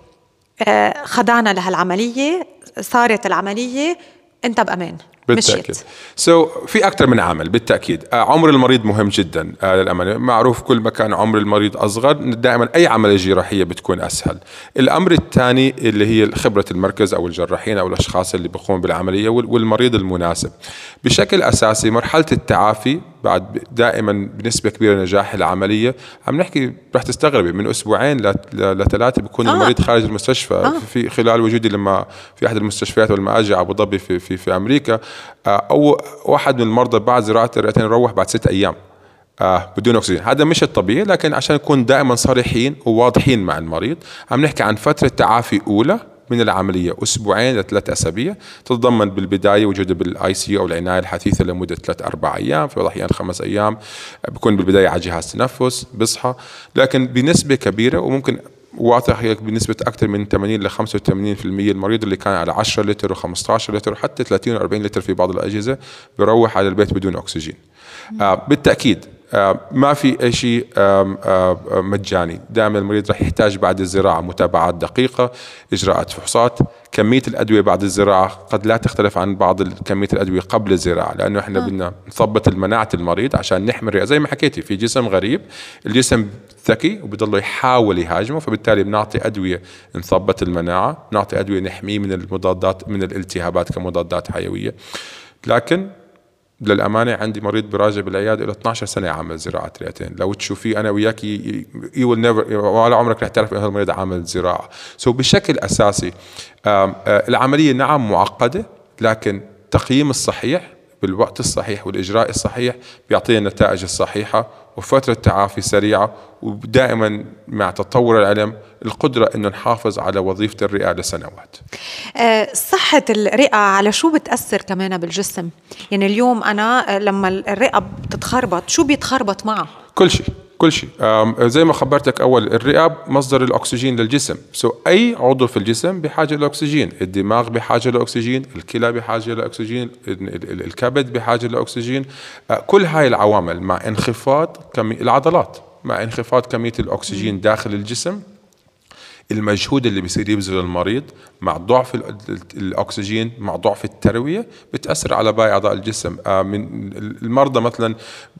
خضعنا لهالعملية، صارت العملية، أنت بأمان؟ بالتأكيد. سو so, في أكثر من عامل بالتأكيد. آه عمر المريض مهم جدا. آه للأمانة معروف كل ما كان عمر المريض أصغر دائما أي عملية جراحية بتكون أسهل. الأمر الثاني اللي هي خبرة المركز أو الجراحين أو الأشخاص اللي بيقوموا بالعملية والمريض المناسب. بشكل أساسي مرحلة التعافي بعد دائما بنسبة كبيرة نجاح العملية. عم نحكي رح تستغربي من أسبوعين لثلاثة بيكون آه. المريض خارج المستشفى. آه. في خلال وجودي لما في أحد المستشفيات والمآجع أبو ظبي في في في أمريكا، أو واحد من المرضى بعد زراعة الرئتين يروح بعد ست أيام آه بدون أكسجين. هذا مش الطبيعي، لكن عشان نكون دائما صريحين وواضحين مع المريض عم نحكي عن فترة تعافي أولى من العملية أسبوعين لثلاث أسابيع، تتضمن بالبداية وجوده بالآي سي أو العناية الحثيثة لمدة ثلاث أربع أيام، في بعض الأحيان خمس أيام بكون بالبداية على جهاز تنفس بصحى، لكن بنسبة كبيرة وممكن واضح هيك بنسبة أكثر من ثمانين إلى خمسة وثمانين بالمئة المريض اللي كان على عشرة لتر وخمسة عشر لتر حتى ثلاثين وأربعين لتر في بعض الأجهزة بيروح على البيت بدون أكسجين. آه بالتأكيد آه ما في شيء آه آه مجاني. دائما المريض رح يحتاج بعد الزراعة متابعات دقيقة، إجراءات فحوصات، كمية الأدوية بعد الزراعة قد لا تختلف عن بعض كمية الأدوية قبل الزراعة، لأنه إحنا بدنا آه. نثبط المناعة المريض عشان نحمي الرئة. زي ما حكيتي في جسم غريب، الجسم ذكي وبيضله يحاول يهاجمه، فبالتالي بنعطي أدوية نثبط المناعة، بنعطي أدوية نحميه من المضادات من الالتهابات كمضادات حيوية. لكن للأمانة عندي مريض براجع بالعيادة له اثنعش سنة عامل زراعة رئتين، لو تشوفيه أنا وياك you will never ولا عمرك رح تعرف إن هالمريض عامل زراعة. سو so بشكل أساسي العملية نعم معقدة، لكن التقييم الصحيح بالوقت الصحيح والإجراء الصحيح بيعطينا النتائج الصحيحة وفترة تعافي سريعة، ودائما مع تطور العلم القدرة إنه نحافظ على وظيفة الرئة لسنوات. أه صحة الرئة على شو بتأثر كمان بالجسم؟ يعني اليوم أنا لما الرئة بتتخربط شو بيتخربط معه؟ كل شيء كل شيء. زي ما خبرتك أول، الرئة مصدر الأكسجين للجسم، سو أي عضو في الجسم بحاجة للأكسجين، الدماغ بحاجة للأكسجين، الكلى بحاجة للأكسجين، الكبد بحاجة للأكسجين. كل هاي العوامل مع انخفاض كمية العضلات، مع انخفاض كمية الأكسجين داخل الجسم، المجهود اللي بيصير يبذل المريض مع ضعف الأكسجين مع ضعف التروية بتأثر على باقي أعضاء الجسم. من المرضى مثلا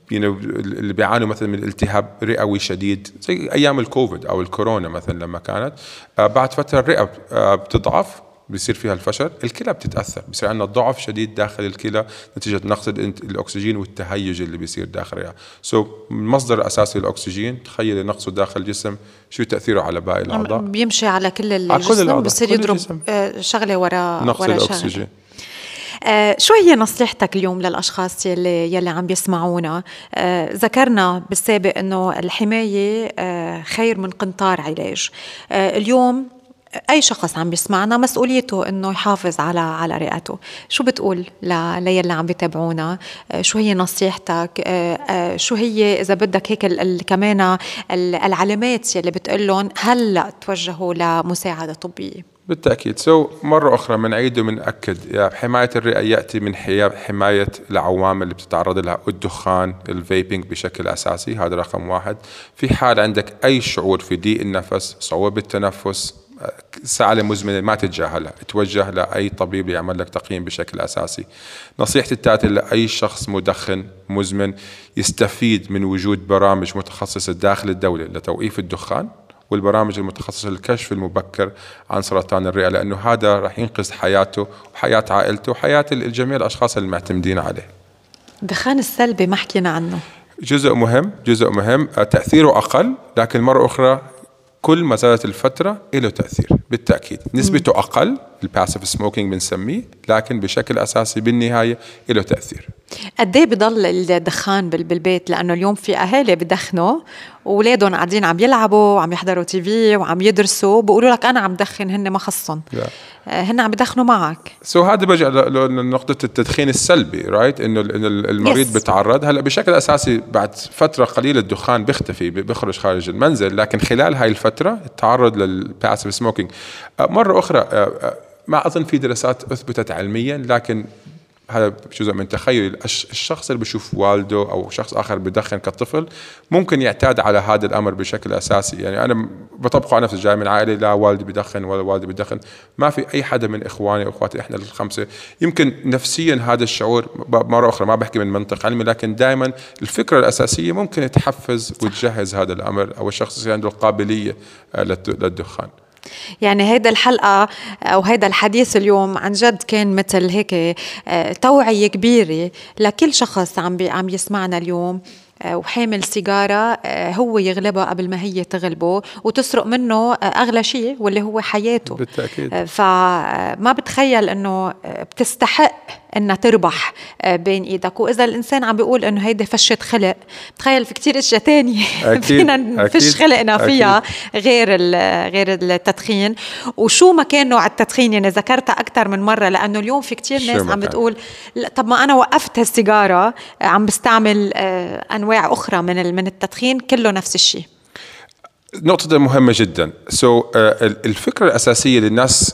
اللي بيعانوا مثلا من التهاب رئوي شديد زي أيام الكوفيد أو الكورونا مثلا لما كانت، بعد فترة الرئة بتضعف، بيصير فيها الفشل، الكلى بتتأثر، بيصير عندنا ضعف شديد داخل الكلى نتيجة نقص الأكسجين والتهيج اللي بيصير داخل الرئة. سو المصدر الأساسي للأكسجين تخيل نقصه داخل الجسم شو تأثيره على باقي الأعضاء؟ بيمشي على كل الجسم، بيصير يضرب شغلة وراء نقص ورا الأكسجين. شغلة. آه شو هي نصيحتك اليوم للأشخاص يلي, يلي عم بيسمعونا؟ آه ذكرنا بالسابق أنه الحماية آه خير من قنطار علاج. آه اليوم أي شخص عم بيسمعنا مسؤوليته إنه يحافظ على على رئته. شو بتقول للي عم بيتابعونا؟ شو هي نصيحتك؟ شو هي إذا بدك هيك كمان العلامات يلي بتقول لهم هلا توجهوا لمساعدة طبية؟ بالتأكيد. سو مرة أخرى بنعيد وبنأكد، يعني حماية الرئة يأتي من حماية العوامل اللي بتتعرض لها، الدخان، الفيبينج بشكل أساسي، هذا رقم واحد. في حال عندك أي شعور في ضيق النفس، صعوبة بالتنفس، سعالة مزمنة، ما تتجاهلها، توجه لأي طبيب يعمل لك تقييم بشكل أساسي. نصيحتي الثالثة لأي شخص مدخن مزمن يستفيد من وجود برامج متخصصة داخل الدولة لتوقيف الدخان، والبرامج المتخصصة للكشف المبكر عن سرطان الرئة، لأنه هذا رح ينقذ حياته وحياة عائلته وحياة الجميع الأشخاص المعتمدين عليه. الدخان السلبي ما حكينا عنه، جزء مهم جزء مهم تأثيره أقل، لكن مرة أخرى كل ما زادت الفترة له تأثير بالتأكيد. نسبته م. أقل، الباسيف سموكينج بنسميه، لكن بشكل أساسي بالنهاية له تأثير. قد ايه بضل الدخان بالبيت؟ لأنه اليوم في أهالي بدخنوا وولادهم قاعدين عم يلعبوا وعم يحضروا تي في وعم يدرسوا، بقولوا لك أنا عم دخن، هن ما خصهم، هن عم بدخنوا معك. سو so هذا بيجي لنقطة التدخين السلبي، رايت إنه المريض yes. بتعرض هلا بشكل أساسي بعد فترة قليلة الدخان بيختفي، بيخرج خارج المنزل، لكن خلال هاي الفترة التعرض للباسيف سموكينج مرة أخرى ما أظن في دراسات أثبتت علميا، لكن هذا جزء من تخيل الشخص اللي بيشوف والده أو شخص آخر بدخن كطفل ممكن يعتاد على هذا الأمر بشكل أساسي. يعني أنا بطبقه على نفسي، جاي من عائلة لا والدي بدخن ولا والدي بدخن، ما في أي حدا من إخواني وأخواتي إحنا الخمسة يمكن نفسيا هذا الشعور. مرة أخرى ما بحكي من منطق علمي، لكن دائما الفكرة الأساسية ممكن تحفز وتجهز هذا الأمر أو الشخص اللي عنده القابلية للدخان. يعني هيدا الحلقة أو هيدا الحديث اليوم عن جد كان مثل هيك توعية كبيرة لكل شخص عم بي عم يسمعنا اليوم وحامل سيجارة، هو يغلبها قبل ما هي تغلبه وتسرق منه أغلى شيء واللي هو حياته بالتأكيد. فما بتخيل أنه بتستحق أنها تربح بين إيدك. وإذا الإنسان عم بيقول أنه هيدا فشة خلق، تخيل في كتير أشياء تانية فينا نفش خلقنا فيها غير غير التدخين. وشو ما كان نوع التدخين، يعني ذكرتها أكثر من مرة، لأنه اليوم في كتير ناس عم بتقول طب ما أنا وقفت هالسيجارة عم بستعمل أنواع أخرى من من التدخين كله نفس الشيء. نقطة مهمة جدا. سو so, uh, الفكرة الأساسية للناس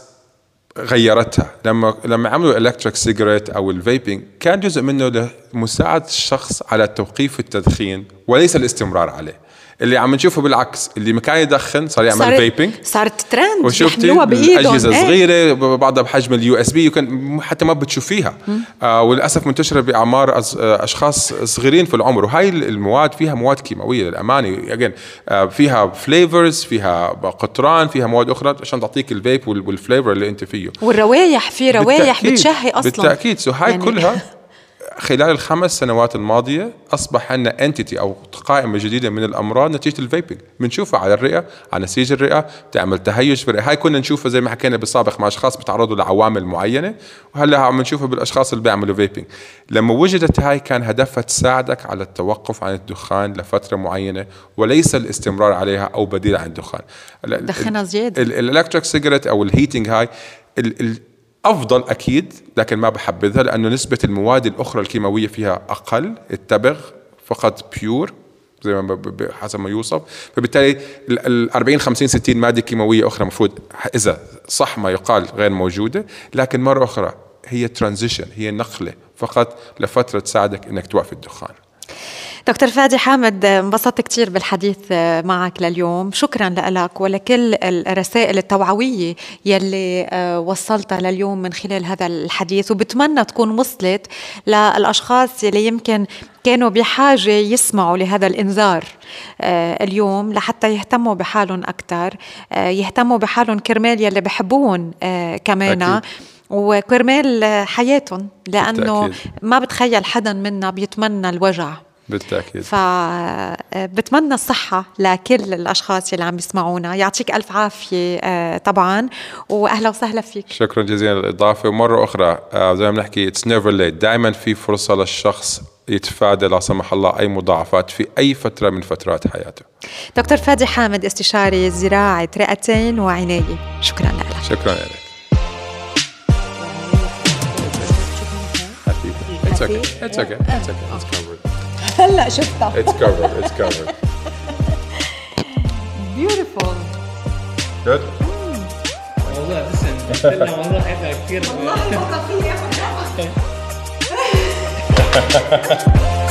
غيرتها لما لما عملوا الكتريك سيجاريت أو الفيبينج، كان جزء منه لمساعدة الشخص على توقيف التدخين وليس الاستمرار عليه. اللي عم نشوفه بالعكس، اللي ما كان يدخن صار يعمل فيبينج، صارت ترند، وشفتي أجهزة ايه؟ صغيرة بعضها بحجم اليو اس بي، وكان حتى ما بتشوفيها. آه وللأسف منتشرة بأعمار أشخاص صغيرين في العمر، وهاي المواد فيها مواد كيماوية للأمانة، آه فيها فليفرز، فيها قطران، فيها مواد أخرى عشان تعطيك الفيب والفليفر اللي أنت فيه، والروايح، في روايح بتشهي أصلا بالتأكيد. سو هاي يعني كلها خلال الخمس سنوات الماضية أصبح عندنا انتيتي أو قائمة جديدة من الأمراض نتيجة الفيبنج، بنشوفها على الرئة، على نسيج الرئة، بتعمل تهيج في الرئة. هاي كنا نشوفها زي ما حكينا بالسابق مع أشخاص بتعرضوا لعوامل معينة، وهلا عم نشوفها بالأشخاص اللي بيعملوا فيبنج. لما وجدت هاي كان هدفها تساعدك على التوقف عن الدخان لفترة معينة وليس الاستمرار عليها أو بديل عن الدخان. دخنها زيادة. الإلكتريك سيجارت أو الهيتنج هاي ال ال أفضل أكيد، لكن ما بحبذها لأنه نسبة المواد الأخرى الكيماوية فيها أقل. التبغ فقط بيور زي ما حسب ما يوصف، فبالتالي ال أربعين خمسين ستين مادة كيماوية أخرى مفروض إذا صح ما يقال غير موجودة، لكن مرة أخرى هي ترانزيشن، هي نقلة فقط لفترة تساعدك إنك توقف الدخان. دكتور فادي حامد، انبسطت كتير بالحديث معك لليوم، شكرا لك ولكل الرسائل التوعوية يلي وصلتها لليوم من خلال هذا الحديث، وبتمنى تكون وصلت للأشخاص يلي يمكن كانوا بحاجة يسمعوا لهذا الإنذار اليوم لحتى يهتموا بحالهم أكتر، يهتموا بحالهم كرمال يلي بحبون كمان وكرمال حياتهم، لأنه بالتأكيد. ما بتخيل حدا منا بيتمنى الوجع بالتأكيد. فبتمنى الصحة لكل الأشخاص اللي عم يسمعونا. يعطيك ألف عافية طبعا، وأهلا وسهلا فيك. شكرا جزيلا للإضافة. ومرة أخرى زي ما بنحكي it's never late، دائما في فرصة للشخص يتفادى لا سمح الله أي مضاعفات في أي فترة من فترات حياته. دكتور فادي حامد، استشاري زراعة رئتين وعناية، شكرا لك. شكرا لك. It's okay. It's okay. It's okay. It's covered. هلا شفتها. It's covered. It's covered. Beautiful. Good. والله بس قلنا والله حاجة كثير. والله فكر فيها.